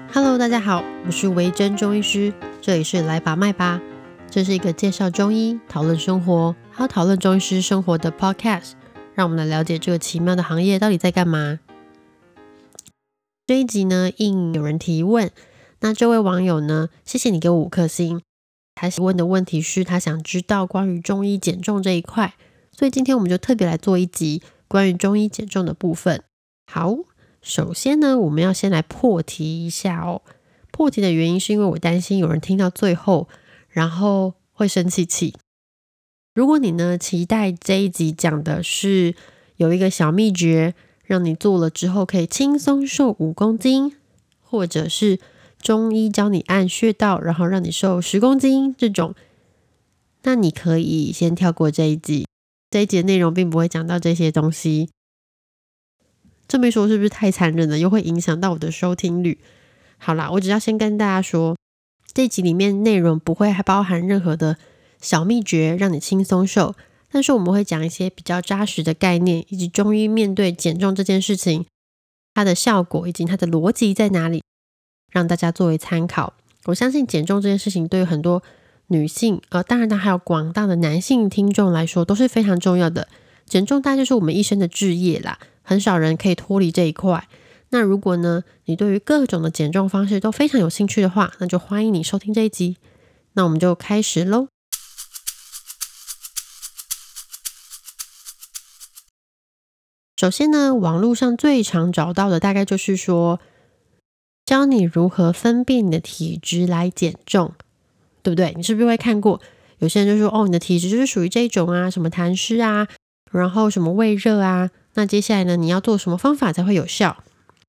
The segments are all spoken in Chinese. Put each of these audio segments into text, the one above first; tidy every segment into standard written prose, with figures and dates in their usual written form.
Hello， 大家好，我是维珍中医师，这里是来把脉吧。这是一个介绍中医、讨论生活，还有讨论中医师生活的 podcast， 让我们来了解这个奇妙的行业到底在干嘛。这一集呢，应有人提问，那这位网友呢，谢谢你给我5颗星。他问的问题是他想知道关于中医减重这一块，所以今天我们就特别来做一集关于中医减重的部分。好，首先呢，我们要先来破题一下哦。破题的原因是因为我担心有人听到最后，然后会生气。如果你呢期待这一集讲的是有一个小秘诀，让你做了之后可以轻松瘦5公斤，或者是中医教你按穴道，然后让你瘦10公斤这种，那你可以先跳过这一集。这一集的内容并不会讲到这些东西。这么一说是不是太残忍了，又会影响到我的收听率？好啦，我只要先跟大家说，这一集里面内容不会还包含任何的小秘诀让你轻松瘦，但是我们会讲一些比较扎实的概念，以及中医面对减重这件事情它的效果以及它的逻辑在哪里，让大家作为参考。我相信减重这件事情对于很多女性当然还有广大的男性听众来说都是非常重要的。减重大概就是我们一生的志业啦，很少人可以脱离这一块。那如果呢，你对于各种的减重方式都非常有兴趣的话，那就欢迎你收听这一集。那我们就开始咯。首先呢，网络上最常找到的大概就是说，教你如何分辨你的体质来减重，对不对？你是不是会看过有些人就说，你的体质就是属于这种啊，什么痰湿啊，然后什么胃热啊，那接下来呢，你要做什么方法才会有效？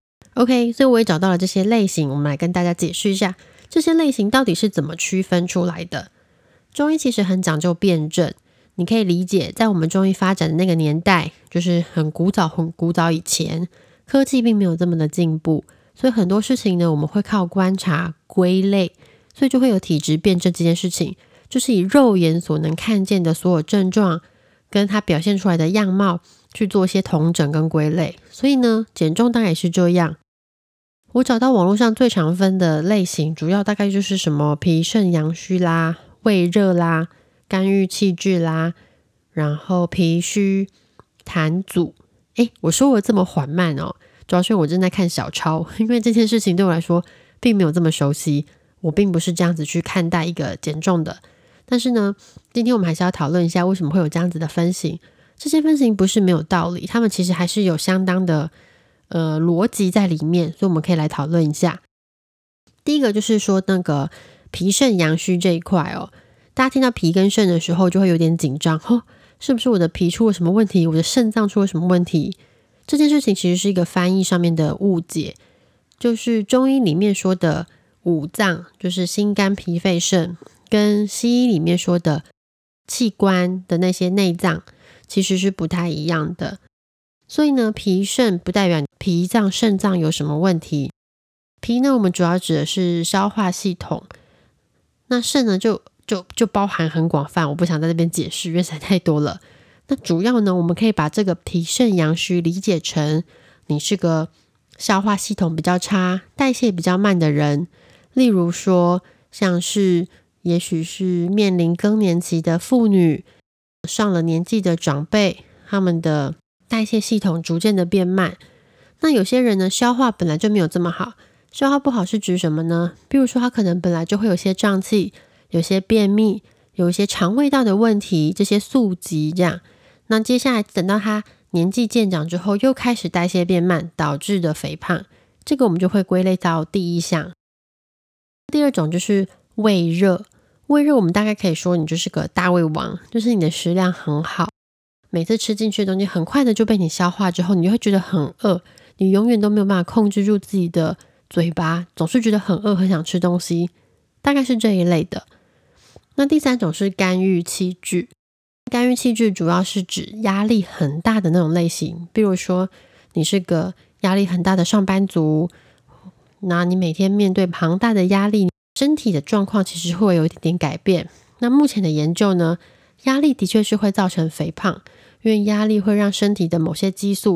OK， 所以我也找到了这些类型，我们来跟大家解释一下这些类型到底是怎么区分出来的。中医其实很讲究辩证，你可以理解在我们中医发展的那个年代，就是很古早以前，科技并没有这么的进步，所以很多事情呢，我们会靠观察归类，所以就会有体质辩证这件事情，就是以肉眼所能看见的所有症状跟它表现出来的样貌去做一些统整跟归类。所以呢，减重当然也是这样。我找到网络上最常分的类型，主要大概就是什么脾肾阳虚啦、胃热啦、肝郁气滞啦，然后脾虚、痰阻。我说我这么缓慢哦，主要是我正在看小抄，因为这件事情对我来说并没有这么熟悉，我并不是这样子去看待一个减重的。但是呢，今天我们还是要讨论一下为什么会有这样子的分型。这些分型不是没有道理，他们其实还是有相当的逻辑在里面，所以我们可以来讨论一下。第一个就是说那个脾肾阳虚这一块哦，大家听到脾跟肾的时候就会有点紧张，是不是我的脾出了什么问题，我的肾脏出了什么问题？这件事情其实是一个翻译上面的误解，就是中医里面说的五脏，就是心肝脾肺肾，跟西医里面说的器官的那些内脏其实是不太一样的。所以呢，脾肾不代表脾脏肾脏有什么问题。脾呢，我们主要指的是消化系统，那肾呢就包含很广泛，我不想在这边解释，因为实在太多了。那主要呢，我们可以把这个脾肾阳虚理解成你是个消化系统比较差、代谢比较慢的人，例如说像是也许是面临更年期的妇女，上了年纪的长辈，他们的代谢系统逐渐的变慢。那有些人呢，消化本来就没有这么好。消化不好是指什么呢？比如说他可能本来就会有些胀气，有些便秘，有一些肠胃道的问题，这些宿疾这样。那接下来等到他年纪渐长之后，又开始代谢变慢，导致的肥胖，这个我们就会归类到第一项。第二种就是胃热，胃热我们大概可以说你就是个大胃王，就是你的食量很好，每次吃进去的东西很快的就被你消化之后，你就会觉得很饿，你永远都没有办法控制住自己的嘴巴，总是觉得很饿，很想吃东西，大概是这一类的。那第三种是肝郁气滞，肝郁气滞主要是指压力很大的那种类型，比如说你是个压力很大的上班族，那你每天面对庞大的压力，身体的状况其实会有一点点改变。那目前的研究呢，压力的确是会造成肥胖，因为压力会让身体的某些激素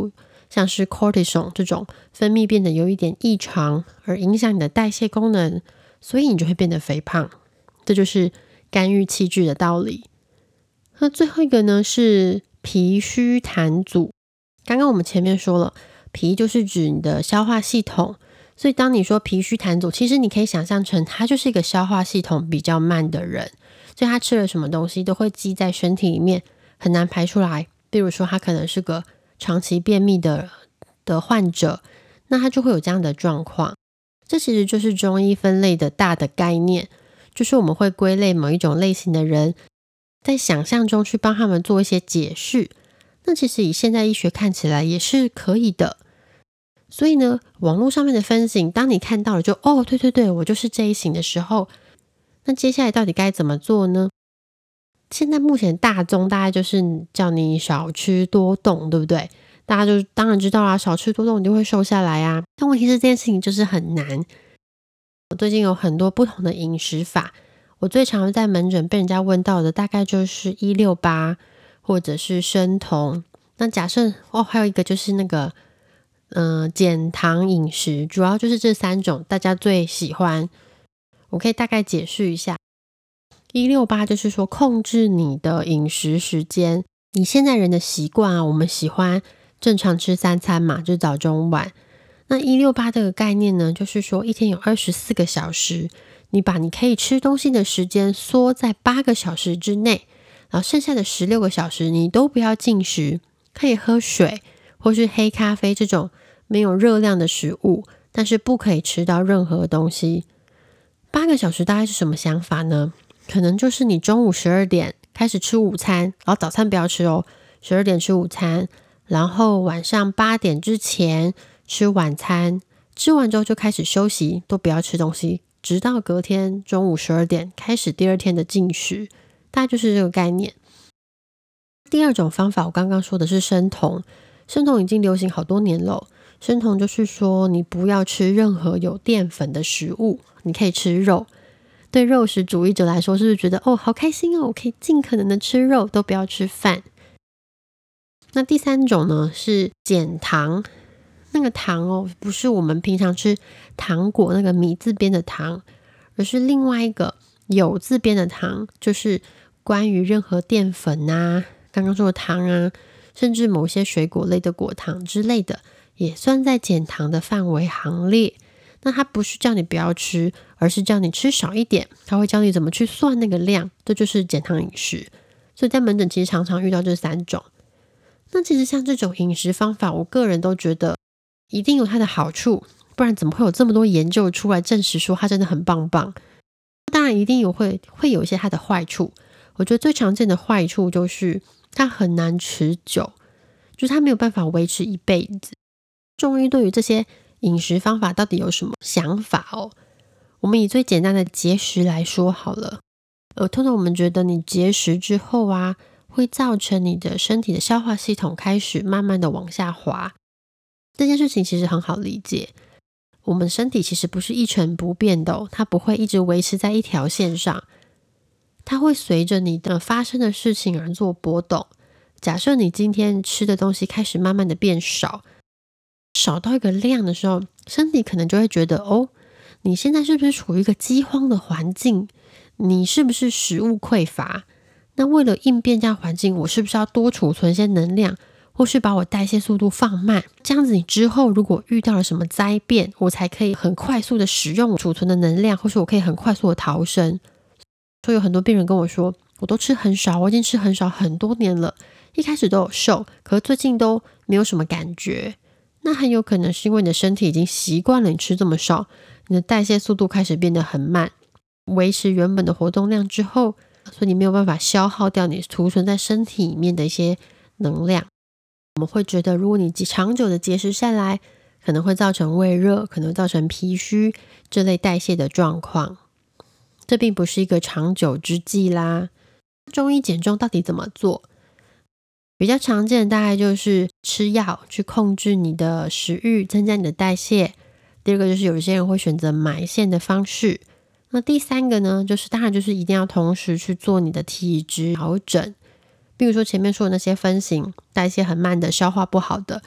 像是 cortisol 这种分泌变得有一点异常，而影响你的代谢功能，所以你就会变得肥胖。这就是干预气滞的道理。那最后一个呢是脾虚痰阻。刚刚我们前面说了，脾就是指你的消化系统，所以当你说脾虚痰阻，其实你可以想象成他就是一个消化系统比较慢的人，所以他吃了什么东西都会积在身体里面，很难排出来。比如说他可能是个长期便秘的患者，那他就会有这样的状况。这其实就是中医分类的大的概念，就是我们会归类某一种类型的人，在想象中去帮他们做一些解释。那其实以现代医学看起来也是可以的。所以呢，网络上面的分型，当你看到了就对，我就是这一型的时候，那接下来到底该怎么做呢？现在目前大众大概就是叫你少吃多动，对不对？大家就当然知道啦，少吃多动你就会瘦下来啊。但问题是这件事情就是很难。我最近有很多不同的饮食法，我最常在门诊被人家问到的大概就是168或者是生酮。那假设还有一个就是那个减糖饮食，主要就是这3种大家最喜欢。我可以大概解释一下。168就是说控制你的饮食时间。你现在人的习惯啊，我们喜欢正常吃3餐嘛，就是早中晚。那168这个概念呢，就是说一天有24个小时，你把你可以吃东西的时间缩在8个小时之内，然后剩下的16个小时你都不要进食，可以喝水或是黑咖啡这种没有热量的食物，但是不可以吃到任何东西。8个小时大概是什么想法呢？可能就是你中午12点开始吃午餐，然后早餐不要吃12点吃午餐，然后晚上8点之前吃晚餐，吃完之后就开始休息，都不要吃东西，直到隔天中午12点开始第二天的进食，大概就是这个概念。第二种方法我刚刚说的是生酮，生酮已经流行好多年了。生酮就是说你不要吃任何有淀粉的食物，你可以吃肉。对肉食主义者来说，是不是觉得好开心我可以尽可能的吃肉，都不要吃饭。那第3种呢是减糖。那个糖不是我们平常吃糖果那个米字边的糖，而是另外一个酉字边的糖，就是关于任何淀粉啊，刚刚说的糖啊，甚至某些水果类的果糖之类的，也算在减糖的范围行列。那它不是叫你不要吃，而是叫你吃少一点，它会教你怎么去算那个量，这就是减糖饮食。所以在门诊其实常常遇到这3种。那其实像这种饮食方法，我个人都觉得一定有它的好处，不然怎么会有这么多研究出来证实说它真的很棒棒。当然一定会有一些它的坏处。我觉得最常见的坏处就是它很难持久，就是它没有办法维持一辈子。中医对于这些饮食方法到底有什么想法我们以最简单的节食来说好了。通常我们觉得你节食之后啊，会造成你的身体的消化系统开始慢慢的往下滑。这件事情其实很好理解，我们身体其实不是一成不变的它不会一直维持在一条线上，它会随着你的发生的事情而做波动。假设你今天吃的东西开始慢慢的变少到一个量的时候，身体可能就会觉得你现在是不是处于一个饥荒的环境，你是不是食物匮乏，那为了应变这样环境，我是不是要多储存一些能量，或是把我代谢速度放慢，这样子你之后如果遇到了什么灾变，我才可以很快速的使用我储存的能量，或是我可以很快速的逃生。所以有很多病人跟我说，我都吃很少，我已经吃很少很多年了，一开始都有瘦，可是最近都没有什么感觉。那很有可能是因为你的身体已经习惯了你吃这么少，你的代谢速度开始变得很慢，维持原本的活动量之后，所以你没有办法消耗掉你储存在身体里面的一些能量。我们会觉得如果你长久的节食下来，可能会造成胃热，可能会造成脾虚这类代谢的状况，这并不是一个长久之计啦。中医减重到底怎么做？比较常见的大概就是吃药去控制你的食欲，增加你的代谢。第二个就是有些人会选择埋线的方式。那第3个呢，当然就是一定要同时去做你的体质调整。比如说前面说的那些分型，代谢很慢的，消化不好的，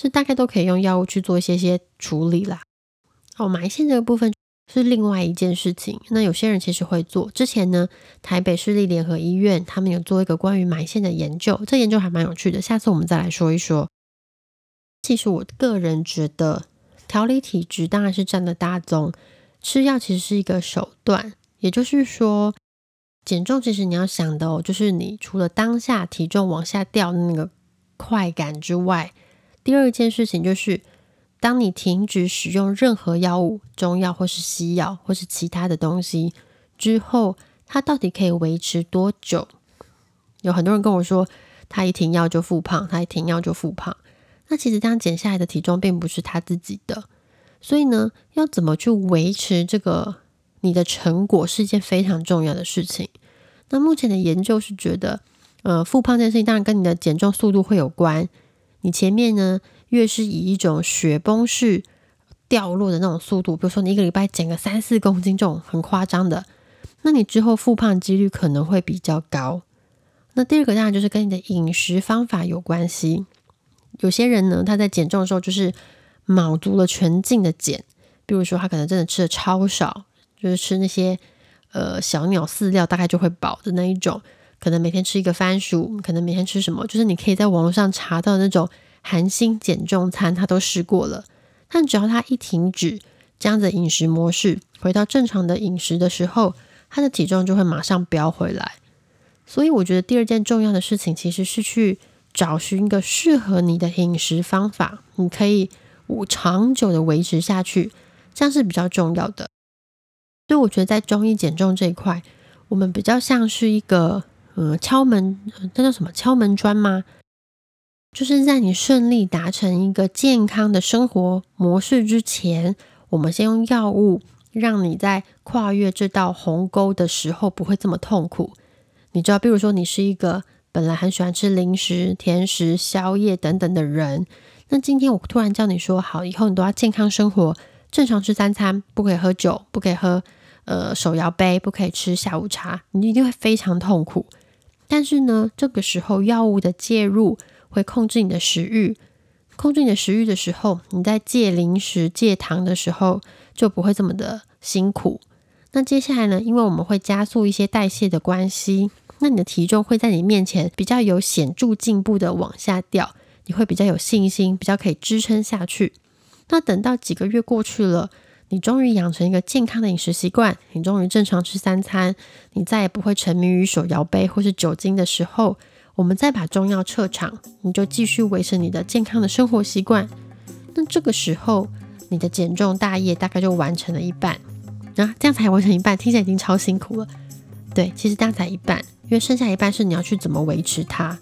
这大概都可以用药物去做一些处理啦。埋线这个部分是另外一件事情，那有些人其实会做。之前呢，台北市立联合医院他们有做一个关于埋线的研究，这研究还蛮有趣的，下次我们再来说一说。其实我个人觉得调理体质当然是占了大宗，吃药其实是一个手段。也就是说，减重其实你要想的就是你除了当下体重往下掉的那个快感之外，第二件事情就是当你停止使用任何药物，中药或是西药或是其他的东西之后，它到底可以维持多久？有很多人跟我说他一停药就复胖，他一停药就复胖。那其实这样减下来的体重并不是他自己的，所以呢，要怎么去维持这个你的成果是一件非常重要的事情。那目前的研究是觉得复胖这件事情当然跟你的减重速度会有关，你前面呢越是以一种雪崩式掉落的那种速度，比如说你一个礼拜减个3-4公斤这种很夸张的，那你之后复胖几率可能会比较高。那第二个当然就是跟你的饮食方法有关系。有些人呢，他在减重的时候就是卯足了全劲的减，比如说他可能真的吃的超少，就是吃那些小鸟饲料大概就会饱的那一种，可能每天吃一个番薯，可能每天吃什么，就是你可以在网络上查到那种含锌减重餐，他都试过了。但只要他一停止这样的饮食模式，回到正常的饮食的时候，他的体重就会马上飙回来。所以我觉得第二件重要的事情其实是去找寻一个适合你的饮食方法，你可以长久的维持下去，这样是比较重要的。所以我觉得在中医减重这一块，我们比较像是一个敲门，那叫什么敲门砖吗？就是在你顺利达成一个健康的生活模式之前，我们先用药物让你在跨越这道鸿沟的时候不会这么痛苦。你知道，比如说你是一个本来很喜欢吃零食、甜食、宵夜等等的人，那今天我突然叫你说好，以后你都要健康生活，正常吃3餐，不可以喝酒，不可以喝手摇杯，不可以吃下午茶，你一定会非常痛苦。但是呢，这个时候药物的介入会控制你的食欲，控制你的食欲的时候，你在戒零食、戒糖的时候就不会这么的辛苦。那接下来呢，因为我们会加速一些代谢的关系，那你的体重会在你面前比较有显著进步的往下掉，你会比较有信心，比较可以支撑下去。那等到几个月过去了，你终于养成一个健康的饮食习惯，你终于正常吃3餐，你再也不会沉迷于手摇杯或是酒精的时候，我们再把中药撤场，你就继续维持你的健康的生活习惯。那这个时候你的减重大业大概就完成了一半。这样才完成一半，听起来已经超辛苦了。对，其实这样才一半，因为剩下一半是你要去怎么维持它。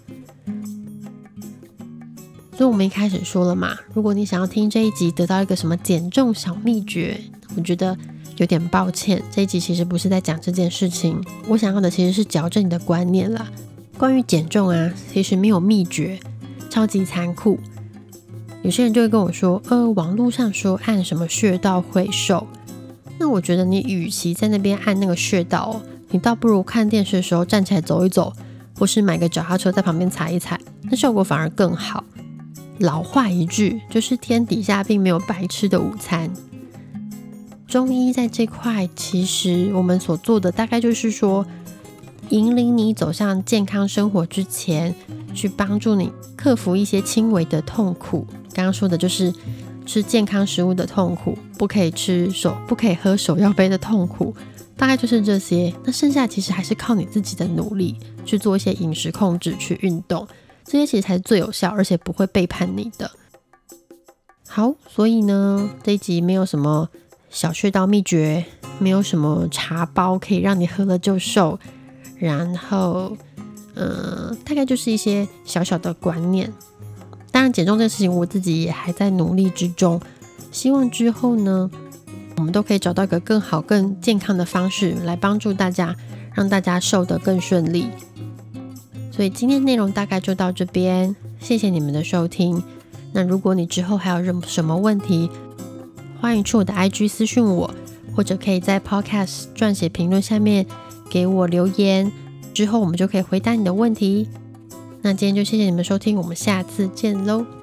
所以我们一开始说了嘛，如果你想要听这一集得到一个什么减重小秘诀，我觉得有点抱歉，这一集其实不是在讲这件事情，我想要的其实是矫正你的观念啦。关于减重啊，其实没有秘诀，超级残酷。有些人就会跟我说网络上说按什么穴道会瘦，那我觉得你与其在那边按那个穴道你倒不如看电视的时候站起来走一走，或是买个脚踏车在旁边踩一踩，那效果反而更好。老话一句，就是天底下并没有白吃的午餐。中医在这块其实我们所做的大概就是说，引领你走向健康生活之前，去帮助你克服一些轻微的痛苦。刚刚说的就是吃健康食物的痛苦，不可以喝手摇杯的痛苦，大概就是这些。那剩下其实还是靠你自己的努力去做一些饮食控制，去运动，这些其实才是最有效，而且不会背叛你的。好，所以呢，这一集没有什么小穴道秘诀，没有什么茶包可以让你喝了就瘦，然后大概就是一些小小的观念。当然减重这件事情我自己也还在努力之中，希望之后呢我们都可以找到一个更好更健康的方式来帮助大家，让大家瘦得更顺利。所以今天内容大概就到这边，谢谢你们的收听。那如果你之后还有什么问题，欢迎去我的 IG 私讯我，或者可以在 Podcast 撰写评论下面给我留言，之后我们就可以回答你的问题。那今天就谢谢你们收听，我们下次见喽。